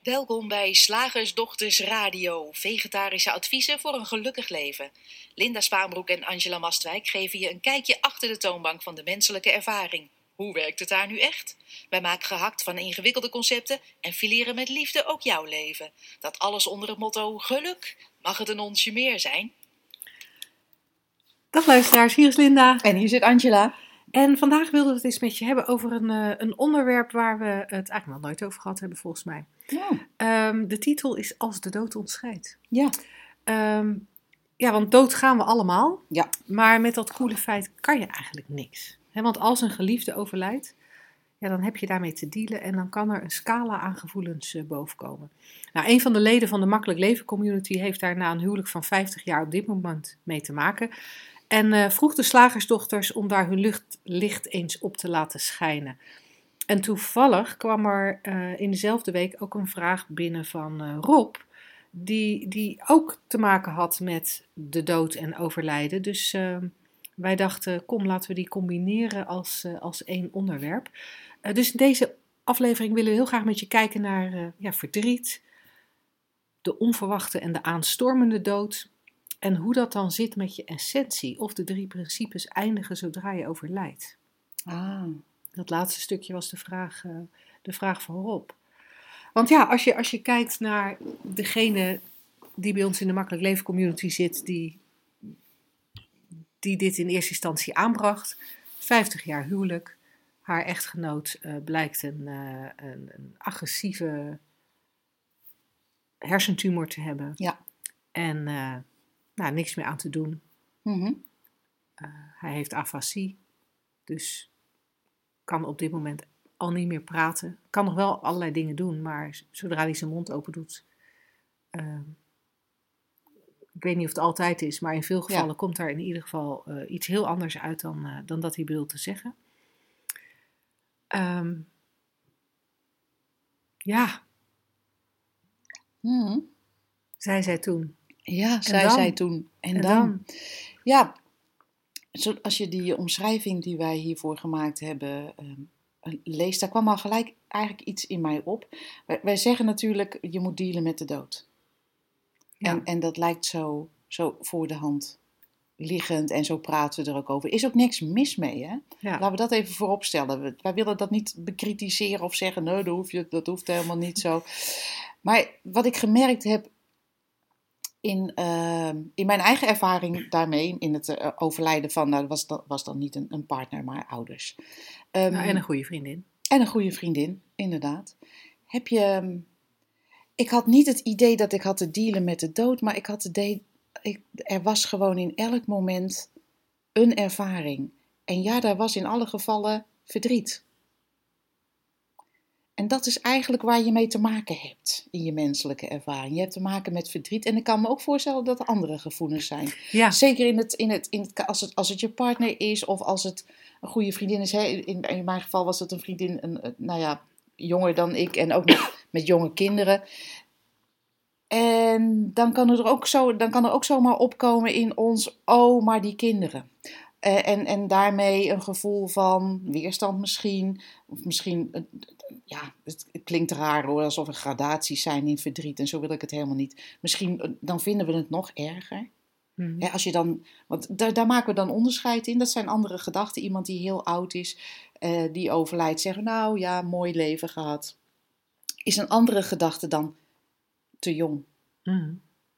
Welkom bij Slagersdochters Radio, vegetarische adviezen voor een gelukkig leven. Linda Spaanbroek en Angela Mastwijk geven je een kijkje achter de toonbank van de menselijke ervaring. Hoe werkt het daar nu echt? Wij maken gehakt van ingewikkelde concepten en fileren met liefde ook jouw leven. Dat alles onder het motto geluk. Mag het een onsje meer zijn? Dag luisteraars, hier is Linda. En hier zit Angela. En vandaag wilden we het eens met je hebben over een onderwerp waar we het eigenlijk nog nooit over gehad hebben, volgens mij. Ja. De titel is Als de dood ons scheidt. Ja. Want dood gaan we allemaal. Ja. Maar met dat coole feit kan je eigenlijk niks. Want als een geliefde overlijdt, dan heb je daarmee te dealen en dan kan er een scala aan gevoelens bovenkomen. Nou, een van de leden van de Makkelijk Leven Community heeft daar na een huwelijk van 50 jaar op dit moment mee te maken. En vroeg de slagersdochters om daar hun licht eens op te laten schijnen. En toevallig kwam er in dezelfde week ook een vraag binnen van Rob, die ook te maken had met de dood en overlijden. Dus wij dachten, kom, laten we die combineren als één onderwerp. Dus in deze aflevering willen we heel graag met je kijken naar verdriet, de onverwachte en de aanstormende dood. En hoe dat dan zit met je essentie. Of de 3 principes eindigen zodra je overlijdt. Dat laatste stukje was de vraag van Rob. Want ja, als je kijkt naar degene die bij ons in de Makkelijk Leven Community zit. Die dit in eerste instantie aanbracht. 50 jaar huwelijk. Haar echtgenoot blijkt een agressieve hersentumor te hebben. Ja. En niks meer aan te doen. Mm-hmm. Hij heeft afasie, dus kan op dit moment al niet meer praten. Kan nog wel allerlei dingen doen, maar zodra hij zijn mond open doet... ik weet niet of het altijd is, maar in veel gevallen komt daar in ieder geval iets heel anders uit dan dat hij bedoelt te zeggen. Zei zij toen. Ja, zij toen. En dan? Ja, als je die omschrijving die wij hiervoor gemaakt hebben leest, daar kwam al gelijk eigenlijk iets in mij op. Wij zeggen natuurlijk, je moet dealen met de dood. Ja. En dat lijkt zo voor de hand liggend en zo praten we er ook over. Er is ook niks mis mee, hè? Ja. Laten we dat even voorop stellen. Wij willen dat niet bekritiseren of zeggen, nee, dat hoeft helemaal niet zo. Maar wat ik gemerkt heb in mijn eigen ervaring daarmee, in het overlijden van, was dan niet een partner, maar ouders. En een goede vriendin. En een goede vriendin, inderdaad. Ik had niet het idee dat ik had te dealen met de dood, maar ik had het idee, er was gewoon in elk moment een ervaring. En ja, daar was in alle gevallen verdriet. En dat is eigenlijk waar je mee te maken hebt in je menselijke ervaring. Je hebt te maken met verdriet. En ik kan me ook voorstellen dat er andere gevoelens zijn. Ja. Zeker als het je partner is of als het een goede vriendin is. In mijn geval was het een vriendin, jonger dan ik en ook met jonge kinderen. En dan kan er ook zomaar opkomen in ons, oh, maar die kinderen. En daarmee een gevoel van weerstand misschien. Of misschien, het klinkt raar hoor, alsof er gradaties zijn in verdriet. En zo wil ik het helemaal niet. Misschien, dan vinden we het nog erger. Mm-hmm. Als je dan, want daar maken we dan onderscheid in. Dat zijn andere gedachten. Iemand die heel oud is, die overlijdt, zeggen, nou ja, mooi leven gehad. Is een andere gedachte dan te jong. Mm-hmm.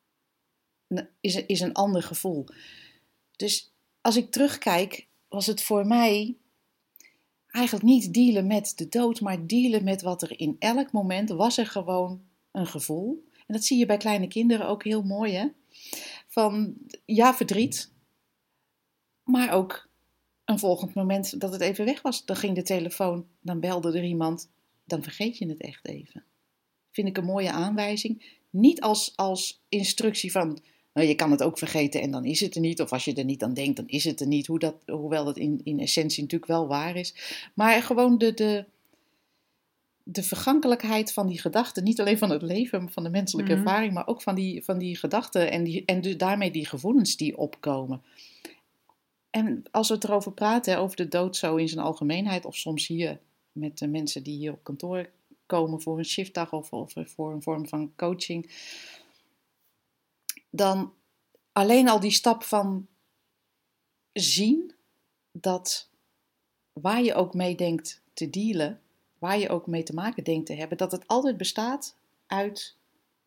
Is een ander gevoel. Dus als ik terugkijk, was het voor mij eigenlijk niet dealen met de dood, maar dealen met wat er in elk moment was er gewoon een gevoel. En dat zie je bij kleine kinderen ook heel mooi, hè? Van, ja, verdriet, maar ook een volgend moment dat het even weg was. Dan ging de telefoon, dan belde er iemand, dan vergeet je het echt even. Vind ik een mooie aanwijzing. Niet als instructie van, nou, je kan het ook vergeten en dan is het er niet. Of als je er niet aan denkt, dan is het er niet. Hoewel dat in essentie natuurlijk wel waar is. Maar gewoon de vergankelijkheid van die gedachten. Niet alleen van het leven, van de menselijke ervaring. Maar ook van die gedachten en dus daarmee die gevoelens die opkomen. En als we het erover praten, over de dood zo in zijn algemeenheid. Of soms hier met de mensen die hier op kantoor komen voor een shiftdag of voor een vorm van coaching. Dan alleen al die stap van zien dat waar je ook mee denkt te dealen, waar je ook mee te maken denkt te hebben, dat het altijd bestaat uit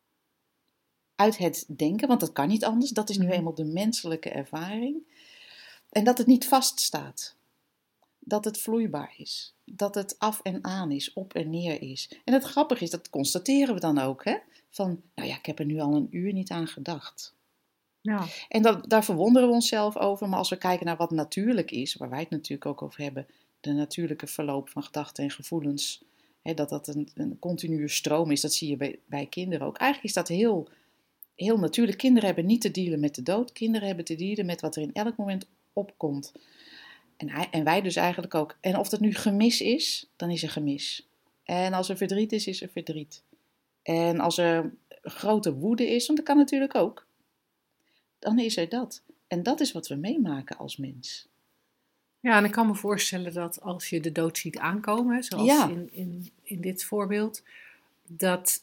het denken, want dat kan niet anders. Dat is nu eenmaal de menselijke ervaring. En dat het niet vaststaat. Dat het vloeibaar is. Dat het af en aan is, op en neer is. En het grappige is, dat constateren we dan ook. Hè? Van, nou ja, ik heb er nu al een uur niet aan gedacht. Ja. En daar verwonderen we onszelf over. Maar als we kijken naar wat natuurlijk is, waar wij het natuurlijk ook over hebben, de natuurlijke verloop van gedachten en gevoelens, hè, dat een continue stroom is, dat zie je bij kinderen ook. Eigenlijk is dat heel, heel natuurlijk. Kinderen hebben niet te dealen met de dood. Kinderen hebben te dealen met wat er in elk moment opkomt. En wij dus eigenlijk ook. En of dat nu gemis is, dan is er gemis. En als er verdriet is er verdriet. En als er grote woede is, want dat kan natuurlijk ook, dan is er dat. En dat is wat we meemaken als mens. Ja, en ik kan me voorstellen dat als je de dood ziet aankomen, zoals in dit voorbeeld, dat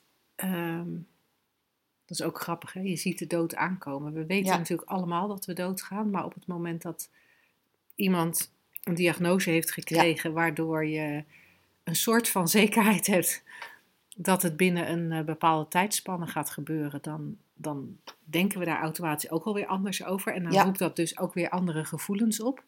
is ook grappig, hè? Je ziet de dood aankomen. We weten natuurlijk allemaal dat we doodgaan, maar op het moment dat iemand een diagnose heeft gekregen, waardoor je een soort van zekerheid hebt dat het binnen een bepaalde tijdspanne gaat gebeuren, dan denken we daar automatisch ook alweer anders over. En dan roept dat dus ook weer andere gevoelens op.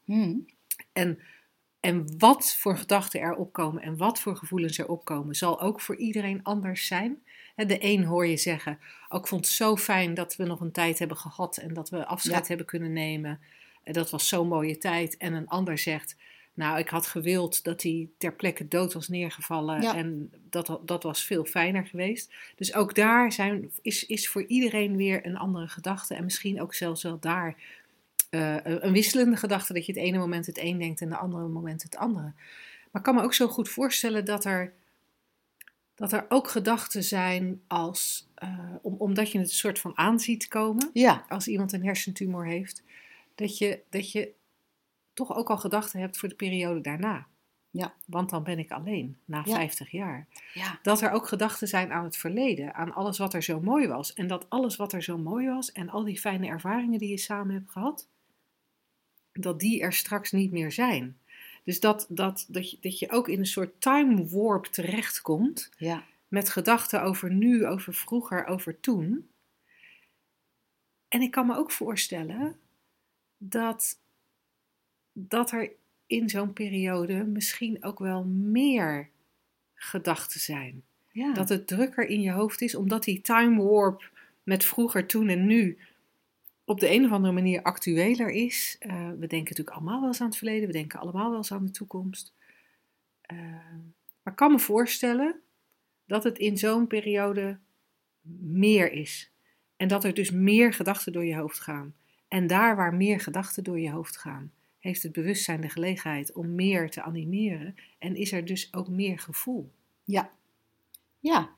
En wat voor gedachten er opkomen en wat voor gevoelens er opkomen, zal ook voor iedereen anders zijn. De een hoor je zeggen, ik vond het zo fijn dat we nog een tijd hebben gehad en dat we afscheid hebben kunnen nemen. Dat was zo'n mooie tijd. En een ander zegt, nou, ik had gewild dat hij ter plekke dood was neergevallen en dat was veel fijner geweest. Dus ook daar is voor iedereen weer een andere gedachte en misschien ook zelfs wel daar een wisselende gedachte, dat je het ene moment het een denkt en de andere moment het andere. Maar ik kan me ook zo goed voorstellen dat er ook gedachten zijn als, omdat je het een soort van aanziet komen, als iemand een hersentumor heeft, dat je toch ook al gedachten hebt voor de periode daarna. Ja. Want dan ben ik alleen, na 50 jaar. Ja. Dat er ook gedachten zijn aan het verleden, aan alles wat er zo mooi was. En dat alles wat er zo mooi was en al die fijne ervaringen die je samen hebt gehad, dat die er straks niet meer zijn. Dus dat je ook in een soort time warp terechtkomt, met gedachten over nu, over vroeger, over toen. En ik kan me ook voorstellen dat er in zo'n periode misschien ook wel meer gedachten zijn. Ja. Dat het drukker in je hoofd is, omdat die time warp met vroeger, toen en nu op de een of andere manier actueler is. We denken natuurlijk allemaal wel eens aan het verleden, we denken allemaal wel eens aan de toekomst. Maar ik kan me voorstellen dat het in zo'n periode meer is. En dat er dus meer gedachten door je hoofd gaan. En daar waar meer gedachten door je hoofd gaan, heeft het bewustzijn de gelegenheid om meer te animeren. En is er dus ook meer gevoel. Ja. Ja.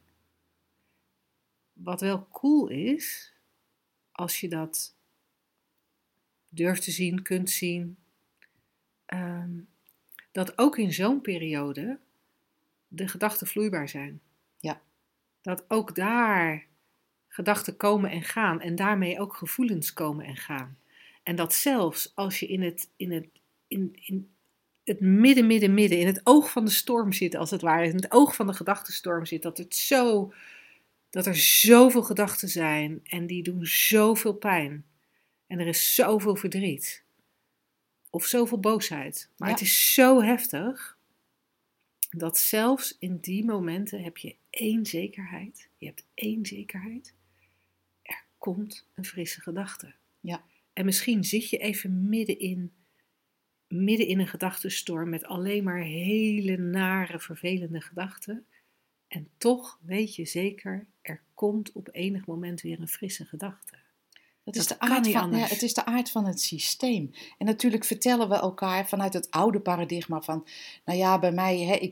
Wat wel cool is, als je dat durft te zien, kunt zien, dat ook in zo'n periode de gedachten vloeibaar zijn. Ja. Dat ook daar gedachten komen en gaan en daarmee ook gevoelens komen en gaan. En dat zelfs als je in het midden, in het oog van de storm zit, als het ware, in het oog van de gedachtenstorm zit, dat er zoveel gedachten zijn en die doen zoveel pijn. En er is zoveel verdriet. Of zoveel boosheid. Maar het is zo heftig, dat zelfs in die momenten heb je één zekerheid. Je hebt één zekerheid. Er komt een frisse gedachte. Ja. En misschien zit je even midden in een gedachtenstorm met alleen maar hele nare, vervelende gedachten. En toch weet je zeker, er komt op enig moment weer een frisse gedachte. Het is de aard van het systeem. En natuurlijk vertellen we elkaar vanuit het oude paradigma van, nou ja, bij mij,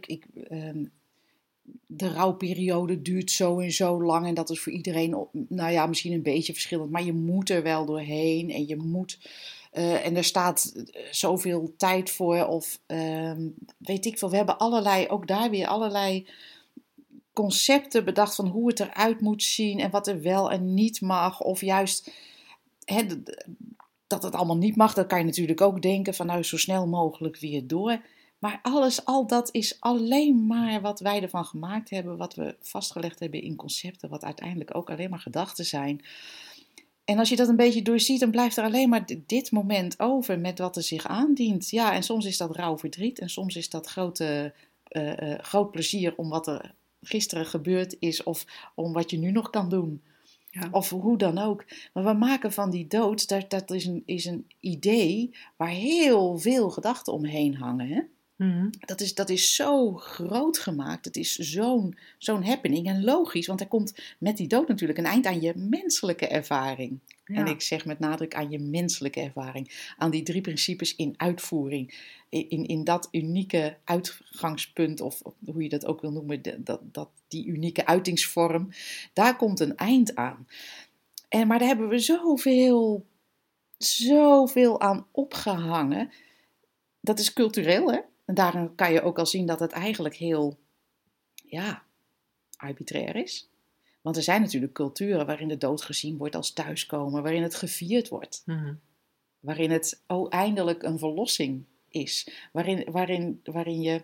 de rouwperiode duurt zo en zo lang en dat is voor iedereen, nou ja, misschien een beetje verschillend, maar je moet er wel doorheen en je moet, en er staat zoveel tijd voor of weet ik veel. We hebben ook daar weer allerlei concepten bedacht van hoe het eruit moet zien en wat er wel en niet mag. Of juist dat het allemaal niet mag. Dan kan je natuurlijk ook denken van nou zo snel mogelijk weer door. Maar al dat is alleen maar wat wij ervan gemaakt hebben. Wat we vastgelegd hebben in concepten. Wat uiteindelijk ook alleen maar gedachten zijn. En als je dat een beetje doorziet, dan blijft er alleen maar dit moment over met wat er zich aandient. Ja, en soms is dat rauw verdriet. En soms is dat groot plezier om wat er gisteren gebeurd is. Of om wat je nu nog kan doen. Ja. Of hoe dan ook. Maar we maken van die dood, dat is een idee waar heel veel gedachten omheen hangen. Hè? Mhm. Dat is zo groot gemaakt. Het is zo'n happening. En logisch, want er komt met die dood natuurlijk een eind aan je menselijke ervaring. Ja. En ik zeg met nadruk aan je menselijke ervaring. Aan die 3 principes in uitvoering. In dat unieke uitgangspunt, of hoe je dat ook wil noemen, die unieke uitingsvorm. Daar komt een eind aan. Maar daar hebben we zoveel aan opgehangen. Dat is cultureel, hè? En daarin kan je ook al zien dat het eigenlijk heel, arbitrair is. Want er zijn natuurlijk culturen waarin de dood gezien wordt als thuiskomen, waarin het gevierd wordt. Mhm. Waarin het eindelijk een verlossing is. Waarin je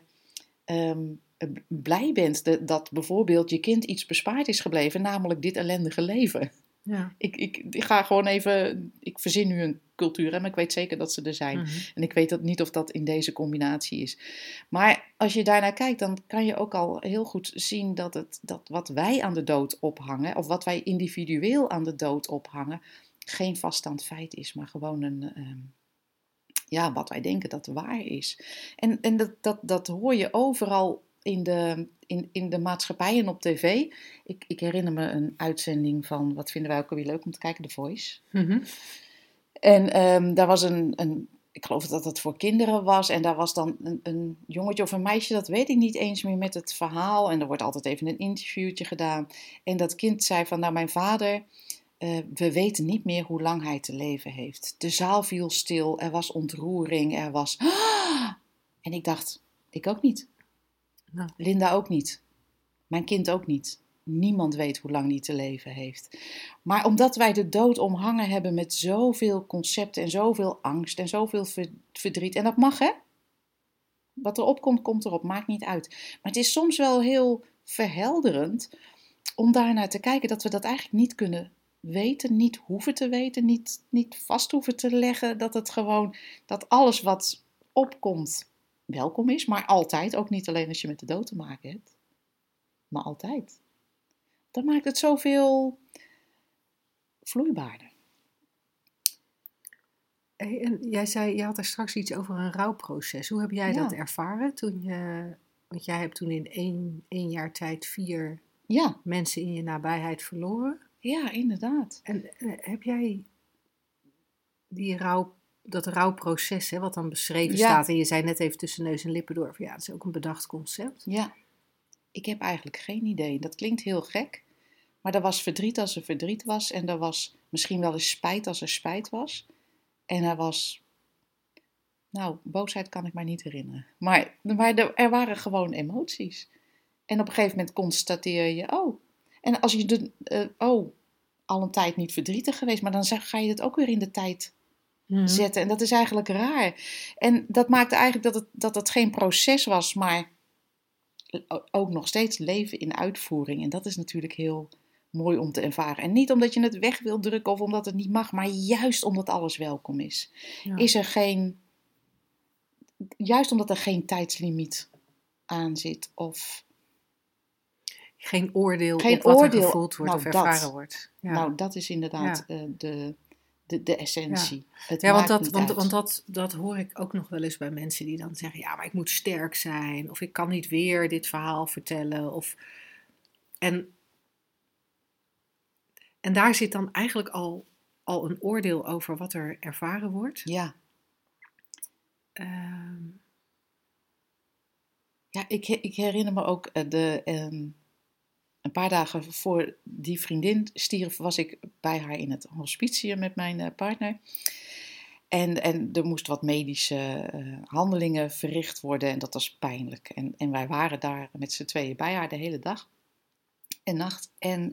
blij bent dat bijvoorbeeld je kind iets bespaard is gebleven, namelijk dit ellendige leven. Ja. Ik ga gewoon even, ik verzin nu een cultuur, maar ik weet zeker dat ze er zijn. Mhm. En ik weet niet of dat in deze combinatie is. Maar als je daarnaar kijkt, dan kan je ook al heel goed zien dat wat wij aan de dood ophangen, of wat wij individueel aan de dood ophangen, geen vaststaand feit is, maar gewoon wat wij denken dat waar is. En dat hoor je overal in de maatschappij en op tv. Ik herinner me een uitzending van, wat vinden wij ook alweer leuk om te kijken, The Voice. Mhm. En daar was ik geloof dat het voor kinderen was. En daar was dan een jongetje of een meisje, dat weet ik niet eens meer, met het verhaal. En er wordt altijd even een interviewtje gedaan. En dat kind zei van, nou mijn vader, we weten niet meer hoe lang hij te leven heeft. De zaal viel stil, er was ontroering, er was... En ik dacht, ik ook niet. Nou. Linda ook niet. Mijn kind ook niet. Niemand weet hoe lang die te leven heeft. Maar omdat wij de dood omhangen hebben met zoveel concepten en zoveel angst en zoveel verdriet. En dat mag, hè? Wat erop komt, komt erop. Maakt niet uit. Maar het is soms wel heel verhelderend om daarnaar te kijken dat we dat eigenlijk niet kunnen weten, niet hoeven te weten, niet vast hoeven te leggen. Dat alles wat opkomt welkom is, maar altijd. Ook niet alleen als je met de dood te maken hebt. Maar altijd. Dat maakt het zoveel vloeibaarder. Hey, en jij zei, je had er straks iets over een rouwproces. Hoe heb jij dat ervaren want jij hebt toen in één jaar tijd 4 mensen in je nabijheid verloren. Ja, inderdaad. En heb jij dat rouwproces, hè, wat dan beschreven staat, en je zei net even tussen neus en lippen door, van, dat is ook een bedacht concept. Ja, ik heb eigenlijk geen idee. Dat klinkt heel gek, maar er was verdriet als er verdriet was en er was misschien wel eens spijt als er spijt was. En er was, boosheid kan ik mij niet herinneren. Maar er waren gewoon emoties. En op een gegeven moment constateer je, en als je al een tijd niet verdrietig geweest, maar dan ga je het ook weer in de tijd zetten. En dat is eigenlijk raar. En dat maakte eigenlijk dat het geen proces was, maar ook nog steeds leven in uitvoering. En dat is natuurlijk heel mooi om te ervaren. En niet omdat je het weg wil drukken of omdat het niet mag, maar juist omdat alles welkom is. Ja. Juist omdat er geen tijdslimiet aan zit of... Geen oordeel op wat er gevoeld wordt of ervaren wordt. Ja. Nou, dat is inderdaad de essentie. Ja, want dat hoor ik ook nog wel eens bij mensen die dan zeggen, ja, maar ik moet sterk zijn, of ik kan niet weer dit verhaal vertellen. En daar zit dan eigenlijk al een oordeel over wat er ervaren wordt. Ja. Ik herinner me ook een paar dagen voor die vriendin stierf, was ik bij haar in het hospitium met mijn partner. En er moest wat medische handelingen verricht worden en dat was pijnlijk. En wij waren daar met z'n tweeën bij haar de hele dag. en nacht.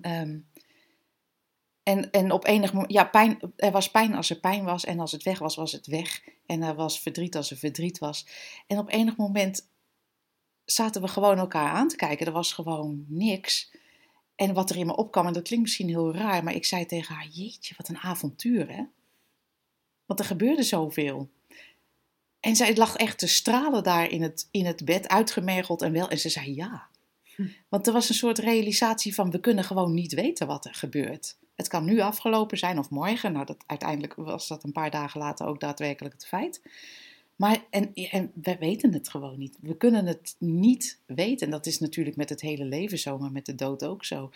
En op enig moment, ja, pijn, er was pijn als er pijn was. En als het weg was, was het weg. En er was verdriet als er verdriet was. En op enig moment zaten we gewoon elkaar aan te kijken. Er was gewoon niks. En wat er in me opkwam, en dat klinkt misschien heel raar, maar ik zei tegen haar, jeetje, wat een avontuur, hè? Want er gebeurde zoveel. En zij lag echt te stralen daar in het bed, uitgemergeld en wel. En ze zei ja. Want er was een soort realisatie van, we kunnen gewoon niet weten wat er gebeurt. Het kan nu afgelopen zijn of morgen. Nou, uiteindelijk was dat een paar dagen later ook daadwerkelijk het feit. Maar en we weten het gewoon niet. We kunnen het niet weten. En dat is natuurlijk met het hele leven zo, maar met de dood ook zo.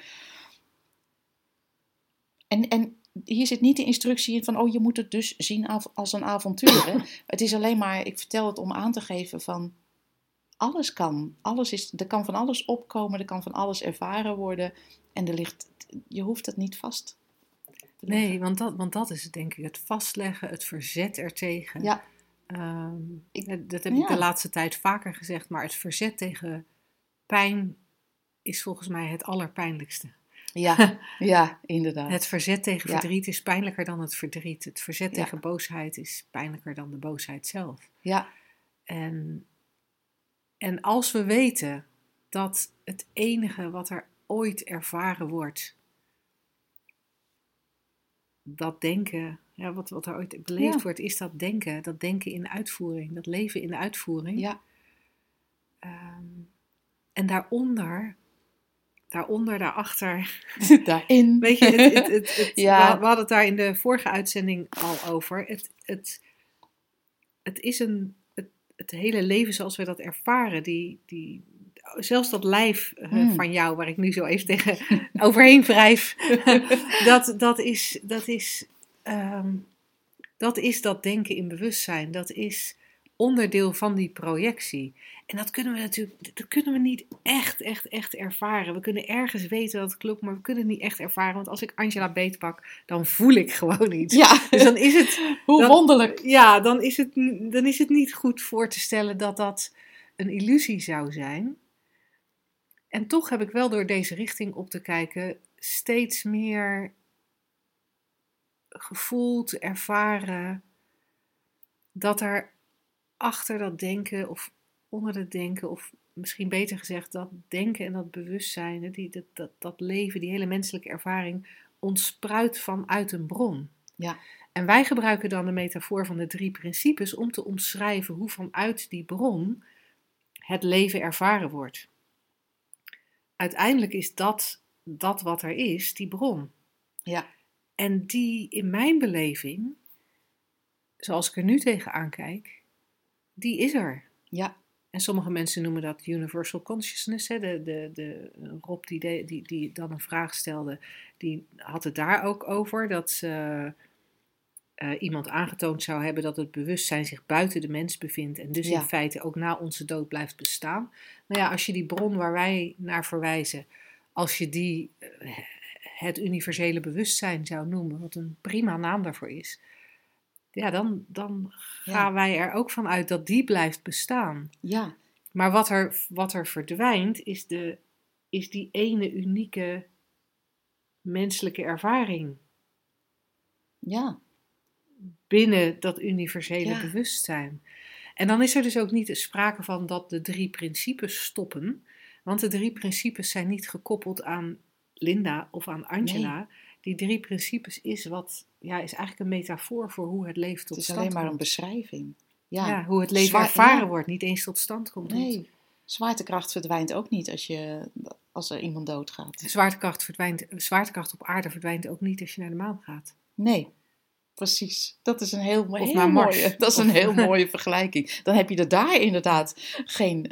En hier zit niet de instructie in van, oh, je moet het dus zien als een avontuur. Hè? Het is alleen maar, ik vertel het om aan te geven van, alles kan. Er kan van alles opkomen, er kan van alles ervaren worden. En je hoeft het niet vast te leggen. Nee, want dat is het, denk ik. Het vastleggen, het verzet ertegen. Ja. Dat heb ik de laatste tijd vaker gezegd. Maar het verzet tegen pijn is volgens mij het allerpijnlijkste. Ja, inderdaad. Het verzet tegen verdriet is pijnlijker dan het verdriet. Het verzet tegen boosheid is pijnlijker dan de boosheid zelf. Ja. En als we weten dat het enige wat er ooit ervaren wordt, dat denken, wat er ooit beleefd wordt, is dat denken in uitvoering, dat leven in de uitvoering. Ja. En daarachter, daarin. Weet je, we hadden het daar in de vorige uitzending al over. Het is het hele leven zoals we dat ervaren, zelfs dat lijf van jou, waar ik nu zo even tegen overheen wrijf, dat is dat denken in bewustzijn. Dat is onderdeel van die projectie. En dat kunnen we niet echt ervaren. We kunnen ergens weten dat het klopt, maar we kunnen het niet echt ervaren. Want als ik Angela beetpak, dan voel ik gewoon iets. Ja, dus dan is het... wonderlijk. Ja, dan is het niet goed voor te stellen dat dat een illusie zou zijn. En toch heb ik wel door deze richting op te kijken steeds meer gevoeld, ervaren dat er achter dat denken of onder het denken, of misschien beter gezegd dat denken en dat bewustzijn, dat leven, die hele menselijke ervaring ontspruit vanuit een bron. Ja. En wij gebruiken dan de metafoor van de 3 principes om te omschrijven hoe vanuit die bron het leven ervaren wordt. Uiteindelijk is dat wat er is, die bron. Ja. En die in mijn beleving, zoals ik er nu tegenaan kijk, die is er. Ja. En sommige mensen noemen dat universal consciousness. Hè? Rob die dan een vraag stelde, die had het daar ook over. Dat iemand aangetoond zou hebben dat het bewustzijn zich buiten de mens bevindt. En dus in feite ook na onze dood blijft bestaan. Nou ja, als je die bron waar wij naar verwijzen, als je die het universele bewustzijn zou noemen, wat een prima naam daarvoor is. Ja, dan gaan wij er ook van uit dat die blijft bestaan. Ja. Maar wat er verdwijnt, is die ene unieke menselijke ervaring. Ja. Binnen dat universele bewustzijn. En dan is er dus ook niet sprake van dat de 3 principes stoppen. Want de 3 principes zijn niet gekoppeld aan Linda of aan Angela. Nee. Die 3 principes is eigenlijk een metafoor voor hoe het leven tot stand komt. Het is alleen maar een beschrijving. Ja, hoe het leven ervaren wordt, niet eens tot stand komt. Nee, zwaartekracht verdwijnt ook niet als er iemand doodgaat. Zwaartekracht op aarde verdwijnt ook niet als je naar de maan gaat. Nee, precies. Dat is een heel mooie vergelijking. Dan heb je er daar inderdaad geen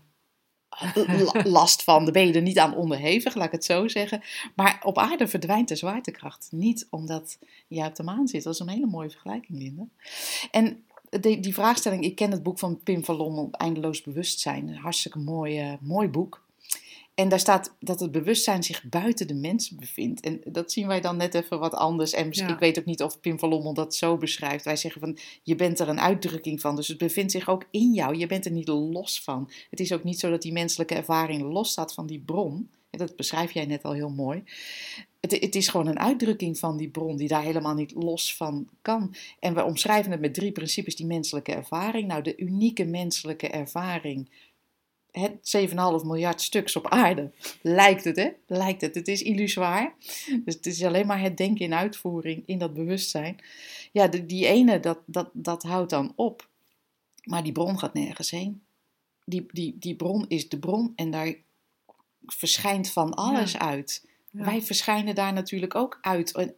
last van. Dan ben je er niet aan onderhevig, laat ik het zo zeggen. Maar op aarde verdwijnt de zwaartekracht niet omdat jij op de maan zit. Dat is een hele mooie vergelijking, Linda. En die vraagstelling, ik ken het boek van Pim van Lommel, Eindeloos Bewustzijn. Een hartstikke mooi boek. En daar staat dat het bewustzijn zich buiten de mens bevindt. En dat zien wij dan net even wat anders. En ik weet ook niet of Pim van Lommel dat zo beschrijft. Wij zeggen van, je bent er een uitdrukking van. Dus het bevindt zich ook in jou. Je bent er niet los van. Het is ook niet zo dat die menselijke ervaring los staat van die bron. Dat beschrijf jij net al heel mooi. Het is gewoon een uitdrukking van die bron die daar helemaal niet los van kan. En we omschrijven het met 3 principes, die menselijke ervaring. Nou, de unieke menselijke ervaring, het 7,5 miljard stuks op aarde, lijkt het, hè? Lijkt het. Het is illusoir. Dus het is alleen maar het denken in uitvoering, in dat bewustzijn. Ja, die ene, dat houdt dan op. Maar die bron gaat nergens heen. Die bron is de bron en daar verschijnt van alles uit. Ja. Wij verschijnen daar natuurlijk ook uit.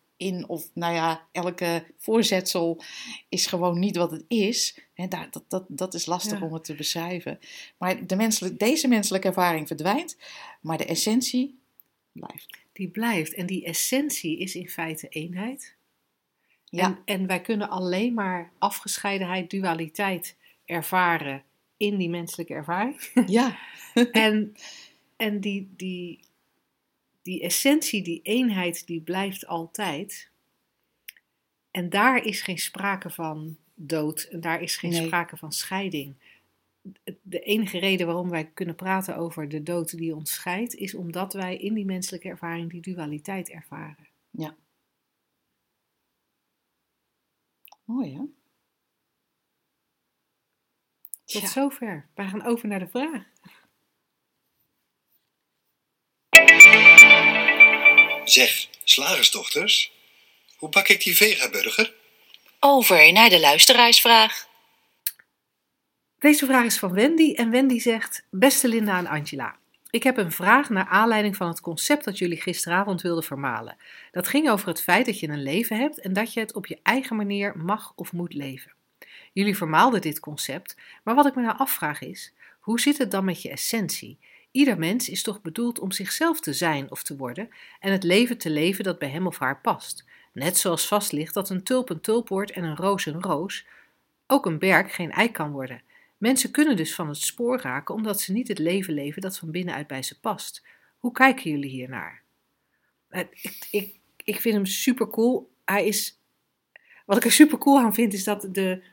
Elke voorzetsel is gewoon niet wat het is. Dat is lastig om het te beschrijven. Maar deze menselijke ervaring verdwijnt, maar de essentie blijft. Die blijft. En die essentie is in feite eenheid. Ja. En wij kunnen alleen maar afgescheidenheid, dualiteit ervaren in die menselijke ervaring. Ja. En die essentie, die eenheid, die blijft altijd. En daar is geen sprake van dood. En daar is geen sprake van scheiding. De enige reden waarom wij kunnen praten over de dood die ons scheidt, is omdat wij in die menselijke ervaring die dualiteit ervaren. Ja. Mooi, hè? Tot zover. Wij gaan over naar de vraag. Zeg, slagersdochters, hoe bak ik die vegaburger? Over naar de luisteraarsvraag. Deze vraag is van Wendy en Wendy zegt: Beste Linda en Angela, ik heb een vraag naar aanleiding van het concept dat jullie gisteravond wilden vermalen. Dat ging over het feit dat je een leven hebt en dat je het op je eigen manier mag of moet leven. Jullie vermaalden dit concept, maar wat ik me nou afvraag is, hoe zit het dan met je essentie? Ieder mens is toch bedoeld om zichzelf te zijn of te worden en het leven te leven dat bij hem of haar past. Net zoals vast ligt dat een tulp wordt en een roos, ook een berk geen eik kan worden. Mensen kunnen dus van het spoor raken omdat ze niet het leven leven dat van binnenuit bij ze past. Hoe kijken jullie hiernaar? Ik vind hem super cool. Wat ik er super cool aan vind is dat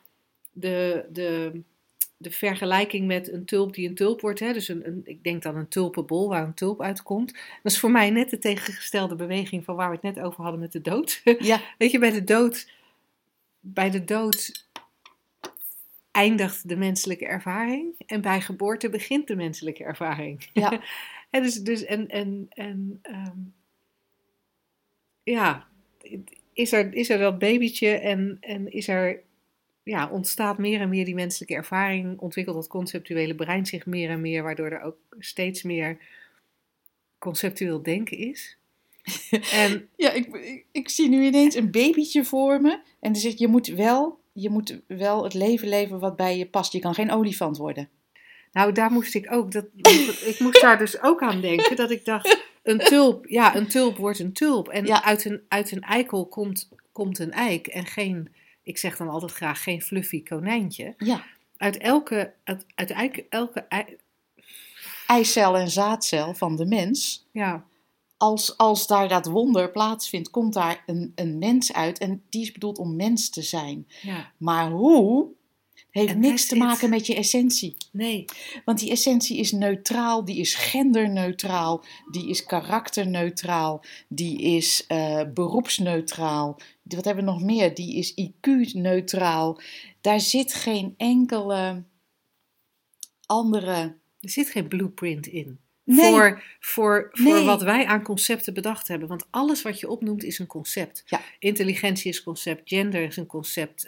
de vergelijking met een tulp die een tulp wordt, hè, dus ik denk dan een tulpenbol waar een tulp uitkomt. Dat is voor mij net de tegengestelde beweging van waar we het net over hadden met de dood. Ja. Weet je, bij de dood eindigt de menselijke ervaring en bij geboorte begint de menselijke ervaring. Ja. Is er dat babytje en is er, ontstaat meer en meer die menselijke ervaring, ontwikkelt dat conceptuele brein zich meer en meer, waardoor er ook steeds meer conceptueel denken is. En, ja, ik zie nu ineens een babytje voor me en dan zegt je moet wel het leven leven wat bij je past. Je kan geen olifant worden. Nou, daar moest ik ook. Ik moest daar dus ook aan denken. Dat ik dacht, een tulp wordt een tulp. En uit een eikel komt een eik. En geen, ik zeg dan altijd graag, geen fluffy konijntje. Ja. Uit elke eicel en zaadcel van de mens. Ja. Als daar dat wonder plaatsvindt, komt daar een mens uit. En die is bedoeld om mens te zijn. Ja. Maar hoe? Heeft niks te maken met je essentie. Nee. Want die essentie is neutraal, die is genderneutraal, die is karakterneutraal, die is beroepsneutraal. Wat hebben we nog meer? Die is IQ-neutraal. Daar zit geen enkele andere... Er zit geen blueprint in. Nee. Voor wat wij aan concepten bedacht hebben. Want alles wat je opnoemt is een concept. Ja. Intelligentie is een concept, gender is een concept,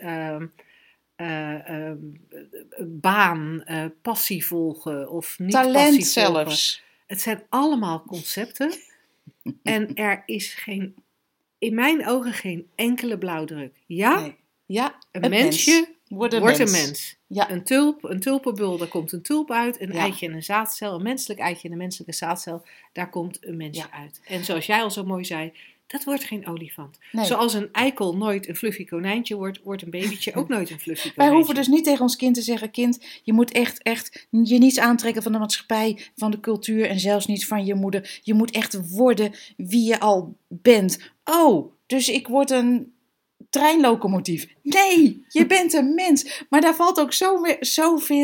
baan, passie volgen of niet talent passie volgen. zelfs. Het zijn allemaal concepten. En er is in mijn ogen geen enkele blauwdruk. Ja, Nee. Ja, een mensje wordt een mens. Ja. Een tulpenbul, daar komt een tulp uit. Een eitje en een zaadcel, een menselijk eitje en een menselijke zaadcel. Daar komt een mensje uit. En zoals jij al zo mooi zei, dat wordt geen olifant. Nee. Zoals een eikel nooit een fluffy konijntje wordt een babytje ook nooit een fluffy konijntje. Wij hoeven dus niet tegen ons kind te zeggen, kind, je moet echt je niets aantrekken van de maatschappij, van de cultuur en zelfs niet van je moeder. Je moet echt worden wie je al bent. Oh, dus ik word een treinlocomotief. Nee, je bent een mens. Maar daar valt ook zoveel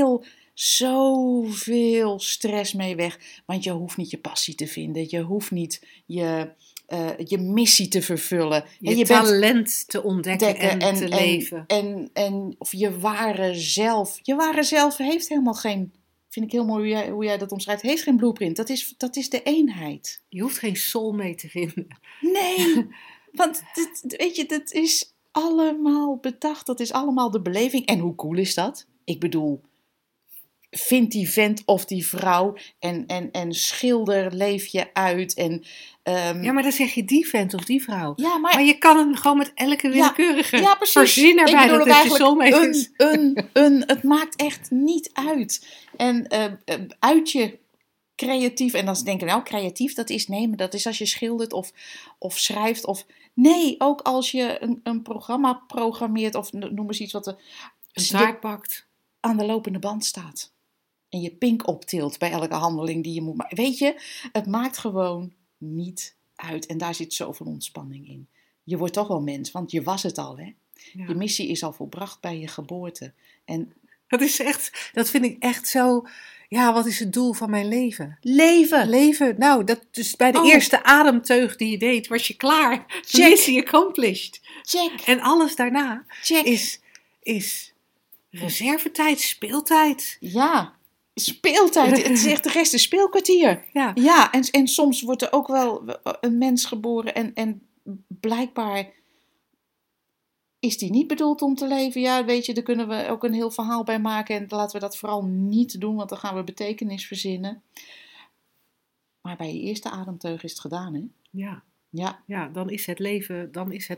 zoveel stress mee weg. Want je hoeft niet je passie te vinden. Je hoeft niet je missie te vervullen. Je bent talent te ontdekken en te leven. Of je ware zelf. Je ware zelf heeft helemaal geen... Vind ik heel mooi hoe jij dat omschrijft. Heeft geen blueprint. Dat is de eenheid. Je hoeft geen soulmate te vinden. Nee, want weet je, dat is allemaal bedacht. Dat is allemaal de beleving. En hoe cool is dat? Ik bedoel, vind die vent of die vrouw en schilder, leef je uit. Ja, maar dan zeg je die vent of die vrouw. Ja, maar je kan hem gewoon met elke willekeurige verzin erbij dat het je soulmate is. Het maakt echt niet uit. En uit je creatief. En dan denken we, nou, creatief, dat is nee, maar dat is als je schildert of schrijft. Nee, ook als je een programma programmeert of noem eens iets wat een taak pakt. Aan de lopende band staat. En je pink optilt bij elke handeling die je moet maken. Weet je, het maakt gewoon niet uit. En daar zit zoveel ontspanning in. Je wordt toch wel mens, want je was het al, hè? Ja. Je missie is al volbracht bij je geboorte. En dat vind ik echt zo... Ja, wat is het doel van mijn leven? Leven. Nou, dat dus bij de eerste ademteug die je deed, was je klaar. Check. Missie accomplished. Check. En alles daarna Check. is reservetijd, speeltijd. Ja, speeltijd. Het is echt de rest is speelkwartier. Ja, en soms wordt er ook wel een mens geboren en blijkbaar is die niet bedoeld om te leven. Ja, weet je, daar kunnen we ook een heel verhaal bij maken. En laten we dat vooral niet doen, want dan gaan we betekenis verzinnen. Maar bij je eerste ademteug is het gedaan, hè? Ja, dan is het leven...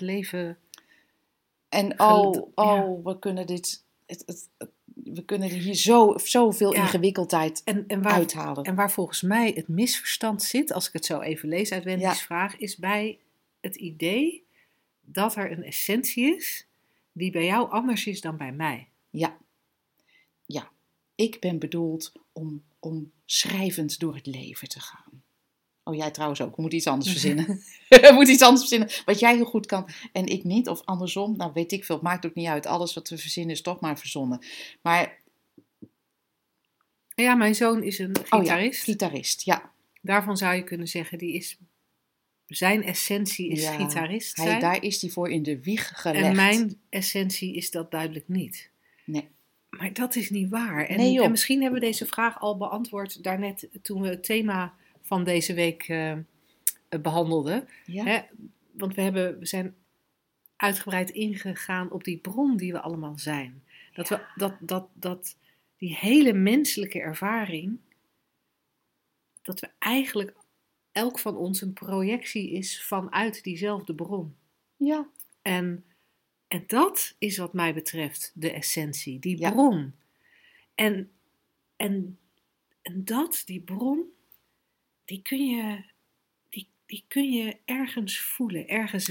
En we kunnen dit... We kunnen hier zoveel ingewikkeldheid uithalen. En waar volgens mij het misverstand zit, als ik het zo even lees uit Wendy's vraag, is bij het idee dat er een essentie is die bij jou anders is dan bij mij. Ja. Ik ben bedoeld om schrijvend door het leven te gaan. Oh, jij trouwens ook. We moeten iets anders verzinnen. Wat jij heel goed kan en ik niet. Of andersom. Nou, weet ik veel. Het maakt ook niet uit. Alles wat we verzinnen is toch maar verzonnen. Maar... Ja, mijn zoon is een gitarist. Gitarist, ja. Daarvan zou je kunnen zeggen, zijn essentie is gitarist zijn. Daar is hij voor in de wieg gelegd. En mijn essentie is dat duidelijk niet. Nee. Maar dat is niet waar. En misschien hebben we deze vraag al beantwoord daarnet toen we het thema van deze week behandelden. Ja. Hè? Want we zijn uitgebreid ingegaan op die bron die we allemaal zijn. Dat die hele menselijke ervaring, dat we eigenlijk elk van ons een projectie is vanuit diezelfde bron. Ja. En dat is wat mij betreft de essentie, die bron. En die bron, die kun je ergens voelen, ergens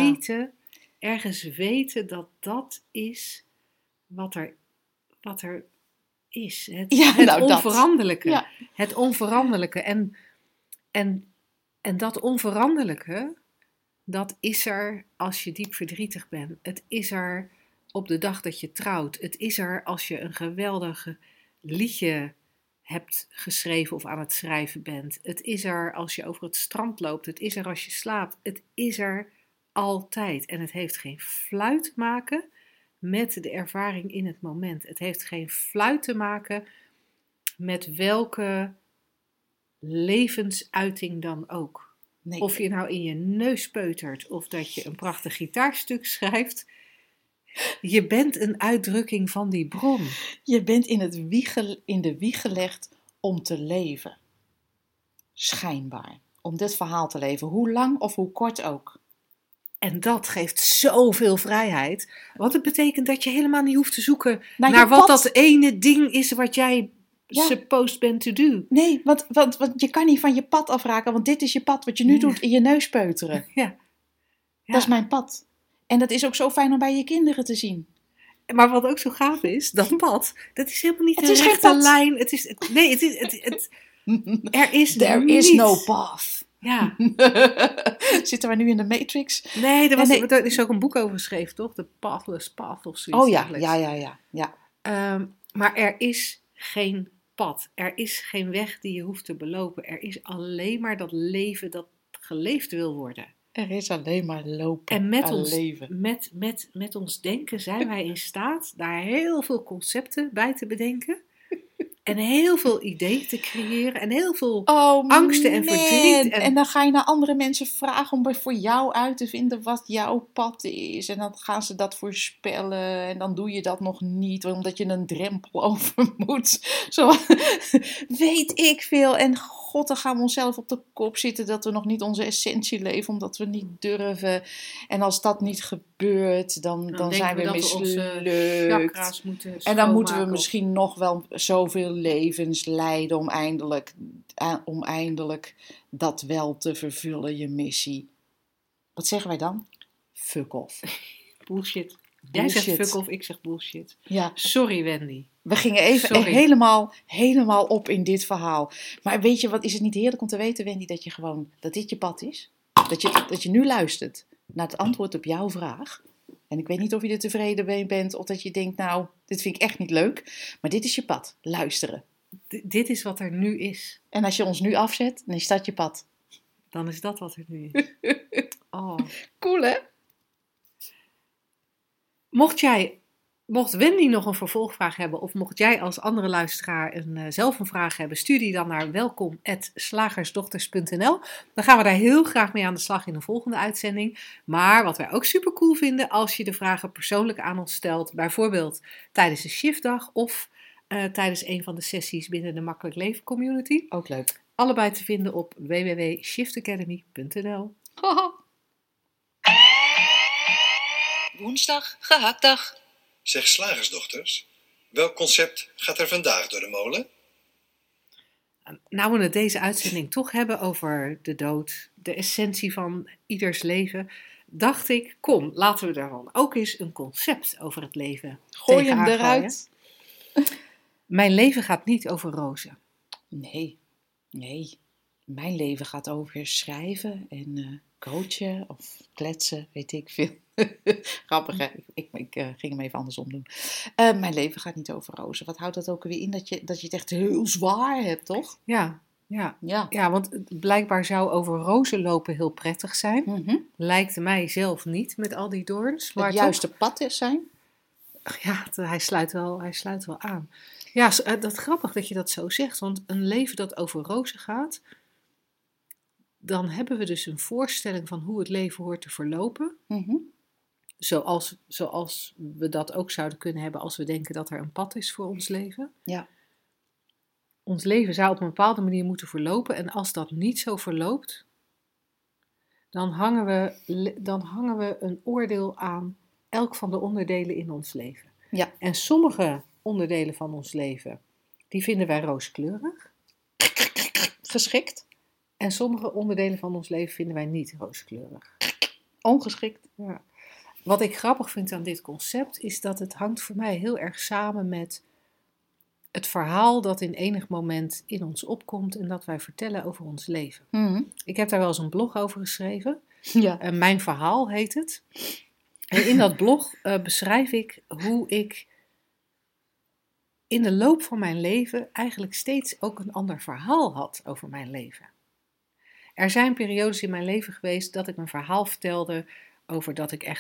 weten dat is wat er is. Het onveranderlijke. Ja. Het onveranderlijke. En dat onveranderlijke, dat is er als je diep verdrietig bent. Het is er op de dag dat je trouwt. Het is er als je een geweldig liedje hebt geschreven of aan het schrijven bent. Het is er als je over het strand loopt. Het is er als je slaapt. Het is er altijd. En het heeft geen fluit te maken met de ervaring in het moment. Het heeft geen fluit te maken met welke levensuiting dan ook. Nee. Of je nou in je neus peutert of dat je een prachtig gitaarstuk schrijft. Je bent een uitdrukking van die bron. Je bent in de wieg gelegd om te leven. Schijnbaar. Om dit verhaal te leven. Hoe lang of hoe kort ook. En dat geeft zoveel vrijheid. Want het betekent dat je helemaal niet hoeft te zoeken naar wat dat ene ding is wat jij supposed bent to do. Nee, want je kan niet van je pad afraken. Want dit is je pad wat je nu doet in je neus peuteren. Ja. Dat is mijn pad. En dat is ook zo fijn om bij je kinderen te zien. Maar wat ook zo gaaf is, dat pad, dat is helemaal niet een rechte lijn. There is no path. Ja. Zitten we nu in de Matrix? Nee, er is ook een boek over geschreven, toch? The Pathless Path of zoiets. Oh ja, ja. Maar er is geen pad. Er is geen weg die je hoeft te belopen. Er is alleen maar dat leven dat geleefd wil worden. Er is alleen maar lopen En en leven. met ons denken zijn wij in staat daar heel veel concepten bij te bedenken. En heel veel ideeën te creëren. En heel veel angsten en verdriet. En dan ga je naar andere mensen vragen om voor jou uit te vinden wat jouw pad is. En dan gaan ze dat voorspellen. En dan doe je dat nog niet, omdat je een drempel over moet. Zo weet ik veel. En god, dan gaan we onszelf op de kop zitten dat we nog niet onze essentie leven, omdat we niet durven. En als dat niet gebeurt, dan zijn we mislukt. Chakra's moeten en dan moeten we misschien nog wel zoveel levens leiden om eindelijk dat wel te vervullen, je missie. Wat zeggen wij dan? Fuck off. Bullshit. Jij zegt fuck off, ik zeg bullshit. Ja. Sorry, Wendy. We gingen even helemaal op in dit verhaal. Maar weet je, wat is het niet heerlijk om te weten, Wendy, dat dit je pad is? Dat je nu luistert naar het antwoord op jouw vraag. En ik weet niet of je er tevreden mee bent of dat je denkt, nou, dit vind ik echt niet leuk. Maar dit is je pad. Luisteren. Dit is wat er nu is. En als je ons nu afzet, dan is dat je pad. Dan is dat wat er nu is. Oh. Cool, hè? Mocht Wendy nog een vervolgvraag hebben, of mocht jij als andere luisteraar zelf een vraag hebben, stuur die dan naar welkom@slagersdochters.nl. Dan gaan we daar heel graag mee aan de slag in de volgende uitzending. Maar wat wij ook super cool vinden, als je de vragen persoonlijk aan ons stelt, bijvoorbeeld tijdens de shiftdag of tijdens een van de sessies binnen de Makkelijk Leven community. Ook leuk. Allebei te vinden op www.shiftacademy.nl. Woensdag, gehaktdag. Zeg slagersdochters, welk concept gaat er vandaag door de molen? Nou we het deze uitzending toch hebben over de dood, de essentie van ieders leven, dacht ik, kom, laten we daar dan ook eens een concept over het leven Gooi hem eruit. Mijn leven gaat niet over rozen. Nee. Mijn leven gaat over schrijven en coachen of kletsen, weet ik veel. Grappig, hè? Ik ging hem even andersom doen. Mijn leven gaat niet over rozen. Wat houdt dat ook weer in? Dat je het echt heel zwaar hebt, toch? Ja, want blijkbaar zou over rozen lopen heel prettig zijn. Mm-hmm. Lijkt mij zelf niet met al die doorns. Maar het juiste pad is zijn. Ja, hij sluit wel aan. Ja, dat grappig dat je dat zo zegt. Want een leven dat over rozen gaat, dan hebben we dus een voorstelling van hoe het leven hoort te verlopen. Mm-hmm. Zoals we dat ook zouden kunnen hebben als we denken dat er een pad is voor ons leven. Ja. Ons leven zou op een bepaalde manier moeten verlopen. En als dat niet zo verloopt, dan hangen we een oordeel aan elk van de onderdelen in ons leven. Ja. En sommige onderdelen van ons leven, die vinden wij rooskleurig. Geschikt. En sommige onderdelen van ons leven vinden wij niet rooskleurig. Ongeschikt. Ja. Wat ik grappig vind aan dit concept is dat het hangt voor mij heel erg samen met het verhaal dat in enig moment in ons opkomt en dat wij vertellen over ons leven. Mm-hmm. Ik heb daar wel eens een blog over geschreven. Ja. Mijn verhaal heet het. En in dat blog beschrijf ik hoe ik in de loop van mijn leven eigenlijk steeds ook een ander verhaal had over mijn leven. Er zijn periodes in mijn leven geweest dat ik een verhaal vertelde over dat ik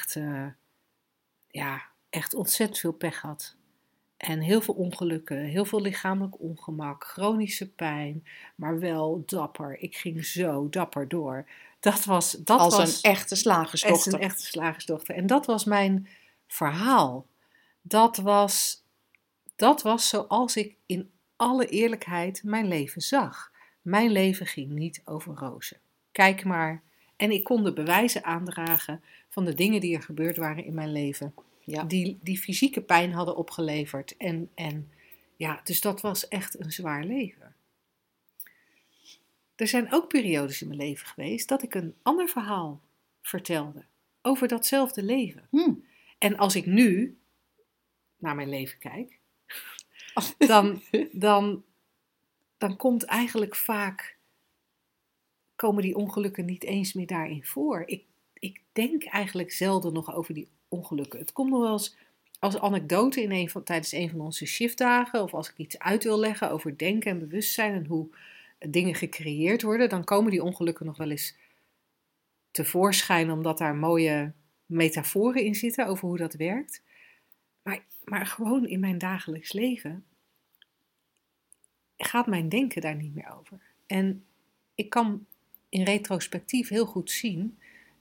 echt ontzettend veel pech had. En heel veel ongelukken, heel veel lichamelijk ongemak, chronische pijn, maar wel dapper. Ik ging zo dapper door. Dat was een echte slagersdochter. Een echte slagersdochter. En dat was mijn verhaal. Dat was zoals ik in alle eerlijkheid mijn leven zag. Mijn leven ging niet over rozen. Kijk maar. En ik kon de bewijzen aandragen van de dingen die er gebeurd waren in mijn leven. Ja. Die fysieke pijn hadden opgeleverd. Dus dat was echt een zwaar leven. Er zijn ook periodes in mijn leven geweest dat ik een ander verhaal vertelde. Over datzelfde leven. En als ik nu naar mijn leven kijk, dan komt eigenlijk vaak, komen die ongelukken niet eens meer daarin voor. Ik denk eigenlijk zelden nog over die ongelukken. Het komt nog wel eens als anekdote tijdens een van onze shiftdagen, of als ik iets uit wil leggen over denken en bewustzijn en hoe dingen gecreëerd worden, dan komen die ongelukken nog wel eens tevoorschijn, omdat daar mooie metaforen in zitten over hoe dat werkt. Maar gewoon in mijn dagelijks leven gaat mijn denken daar niet meer over. En ik kan in retrospectief heel goed zien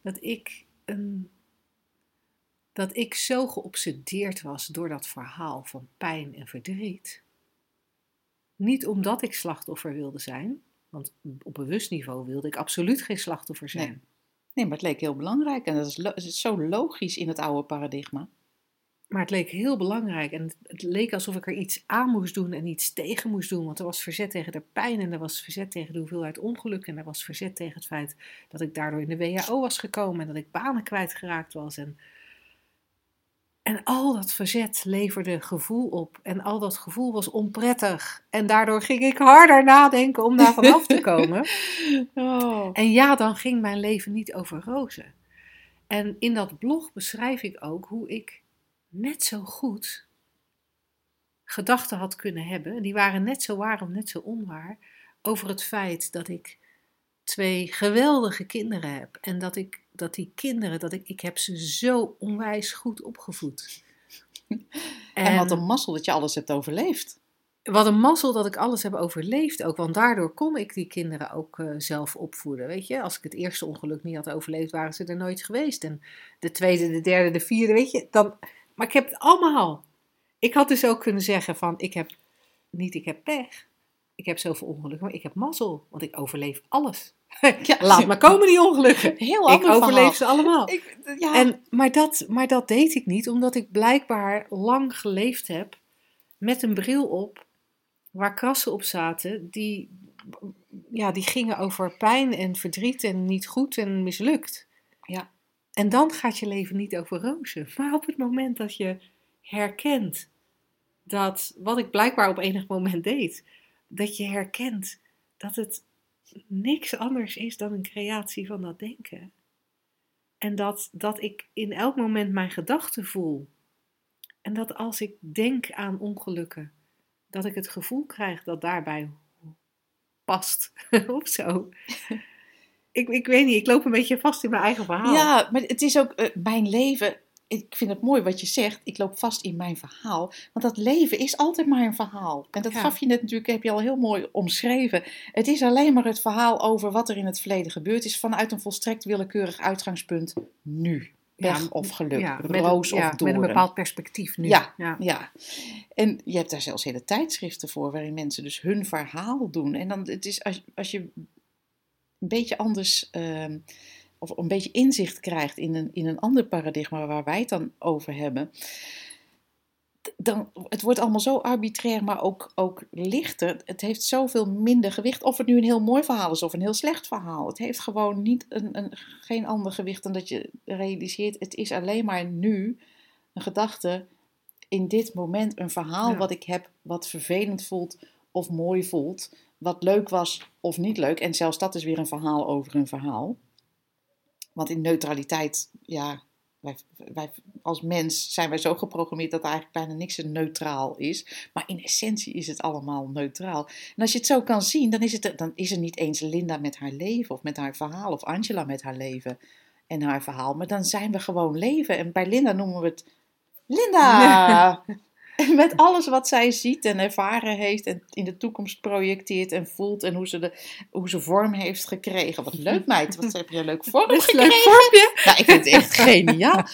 dat ik zo geobsedeerd was door dat verhaal van pijn en verdriet. Niet omdat ik slachtoffer wilde zijn, want op bewust niveau wilde ik absoluut geen slachtoffer zijn. Nee, maar het leek heel belangrijk en dat is zo logisch in het oude paradigma. Maar het leek heel belangrijk en het leek alsof ik er iets aan moest doen en iets tegen moest doen. Want er was verzet tegen de pijn en er was verzet tegen de hoeveelheid ongeluk. En er was verzet tegen het feit dat ik daardoor in de WHO was gekomen en dat ik banen kwijtgeraakt was. En al dat verzet leverde gevoel op en al dat gevoel was onprettig. En daardoor ging ik harder nadenken om daar vanaf te komen. Oh. En ja, dan ging mijn leven niet over rozen. En in dat blog beschrijf ik ook hoe ik net zo goed gedachten had kunnen hebben. Die waren net zo waar of net zo onwaar. Over het feit dat ik 2 geweldige kinderen heb. En ik heb ze zo onwijs goed opgevoed. En wat een mazzel dat je alles hebt overleefd. Wat een mazzel dat ik alles heb overleefd ook. Want daardoor kon ik die kinderen ook zelf opvoeden. Weet je, als ik het eerste ongeluk niet had overleefd, waren ze er nooit geweest. En de tweede, de derde, de vierde, weet je. Maar ik heb het allemaal. Ik had dus ook kunnen zeggen van, ik heb pech. Ik heb zoveel ongelukken, maar ik heb mazzel. Want ik overleef alles. Ja. Laat maar komen die ongelukken. Heel Ik ander overleef verhaal. ze allemaal. Ja. Maar dat deed ik niet, omdat ik blijkbaar lang geleefd heb met een bril op, waar krassen op zaten, die gingen over pijn en verdriet en niet goed en mislukt. Ja. En dan gaat je leven niet over rozen. Maar op het moment dat je herkent dat, wat ik blijkbaar op enig moment deed, dat je herkent dat het niks anders is dan een creatie van dat denken. En dat ik in elk moment mijn gedachten voel. En dat als ik denk aan ongelukken, dat ik het gevoel krijg dat daarbij past. Of zo. Ik weet niet, ik loop een beetje vast in mijn eigen verhaal. Ja, maar het is ook mijn leven. Ik vind het mooi wat je zegt. Ik loop vast in mijn verhaal. Want dat leven is altijd maar een verhaal. En dat gaf je net natuurlijk, heb je al heel mooi omschreven. Het is alleen maar het verhaal over wat er in het verleden gebeurd is. Vanuit een volstrekt willekeurig uitgangspunt nu. Pech of geluk, roos of doorn. Met een bepaald perspectief nu. Ja. En je hebt daar zelfs hele tijdschriften voor, waarin mensen dus hun verhaal doen. En dan, het is als je een beetje anders, of een beetje inzicht krijgt in een ander paradigma waar wij het dan over hebben. Dan, het wordt allemaal zo arbitrair, maar ook lichter. Het heeft zoveel minder gewicht. Of het nu een heel mooi verhaal is of een heel slecht verhaal. Het heeft gewoon niet geen ander gewicht dan dat je realiseert. Het is alleen maar nu een gedachte in dit moment. Een verhaal wat ik heb, wat vervelend voelt of mooi voelt. Wat leuk was of niet leuk. En zelfs dat is weer een verhaal over een verhaal. Want in neutraliteit, wij als mens zijn wij zo geprogrammeerd dat er eigenlijk bijna niks neutraal is. Maar in essentie is het allemaal neutraal. En als je het zo kan zien, dan is er niet eens Linda met haar leven of met haar verhaal. Of Angela met haar leven en haar verhaal. Maar dan zijn we gewoon leven. En bij Linda noemen we het Linda! Met alles wat zij ziet en ervaren heeft en in de toekomst projecteert en voelt en hoe ze vorm heeft gekregen. Wat leuk, meid. Wat heb je een leuk vorm gekregen? Leuk vormpje. Nou, ik vind het echt geniaal.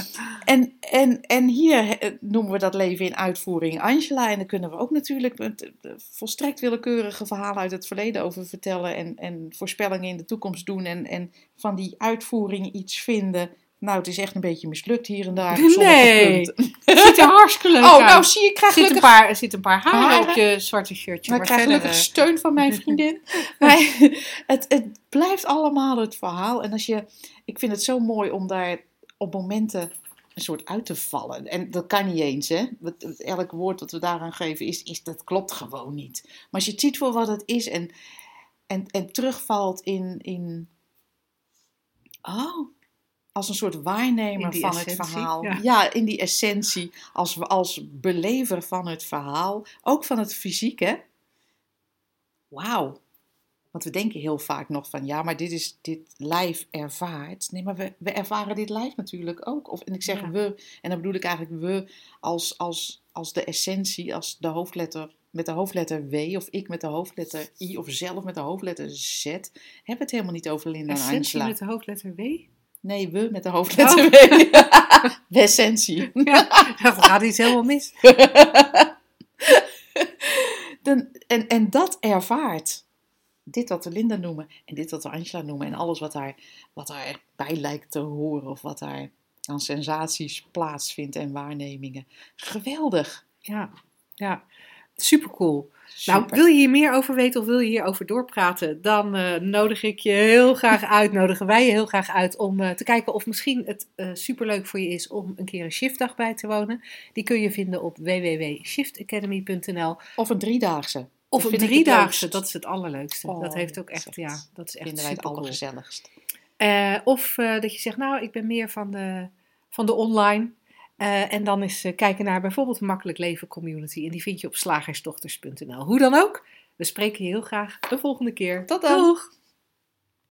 En hier noemen we dat leven in uitvoering Angela. En dan kunnen we ook natuurlijk volstrekt willekeurige verhalen uit het verleden over vertellen en voorspellingen in de toekomst doen en van die uitvoering iets vinden. Nou, het is echt een beetje mislukt hier en daar. Nee, punten. het ziet er hartstikke leuk uit. Nou zie je, ik krijg gelukkig... Er zit een paar haren op je zwarte shirtje. Maar ik krijg gelukkig steun van mijn vriendin. Maar het blijft allemaal het verhaal. En ik vind het zo mooi om daar op momenten een soort uit te vallen. En dat kan niet eens, hè. Elk woord dat we daaraan geven, dat klopt gewoon niet. Maar als je het ziet voor wat het is en terugvalt in als een soort waarnemer In die van het essentie, verhaal. ja. Ja, in die essentie. Als belever van het verhaal. Ook van het fysieke. Wauw. Want we denken heel vaak nog van, ja, maar dit lijf ervaart. Nee, maar we ervaren dit lijf natuurlijk ook. En ik zeg Ja. we, en dan bedoel ik eigenlijk we als de essentie, als de hoofdletter, met de hoofdletter W, of ik met de hoofdletter I, of zelf met de hoofdletter Z. Hebben we het helemaal niet over Linda en Essentie Angela. met de hoofdletter W? Nee, we met de hoofdletter W. De essentie. Ja, dan gaat iets helemaal mis. En dat ervaart. Dit wat we Linda noemen en dit wat we Angela noemen en alles wat daarbij lijkt te horen of wat daar aan sensaties plaatsvindt en waarnemingen. Geweldig. Ja, supercool. Nou, wil je hier meer over weten of wil je hierover doorpraten, dan nodigen wij je heel graag uit om te kijken of misschien het superleuk voor je is om een keer een shiftdag bij te wonen. Die kun je vinden op www.shiftacademy.nl. Of een driedaagse. Of een vind ik het driedaagse, leukst. dat is het allerleukste. Oh, dat heeft ook dat is echt, echt- dat is echt Vinden wij het supercool. allergezelligst. Of dat je zegt, nou, ik ben meer van de online. En dan eens kijken naar bijvoorbeeld de Makkelijk Leven Community. En die vind je op slagersdochters.nl. Hoe dan ook, we spreken je heel graag de volgende keer. Tot dan. Doeg!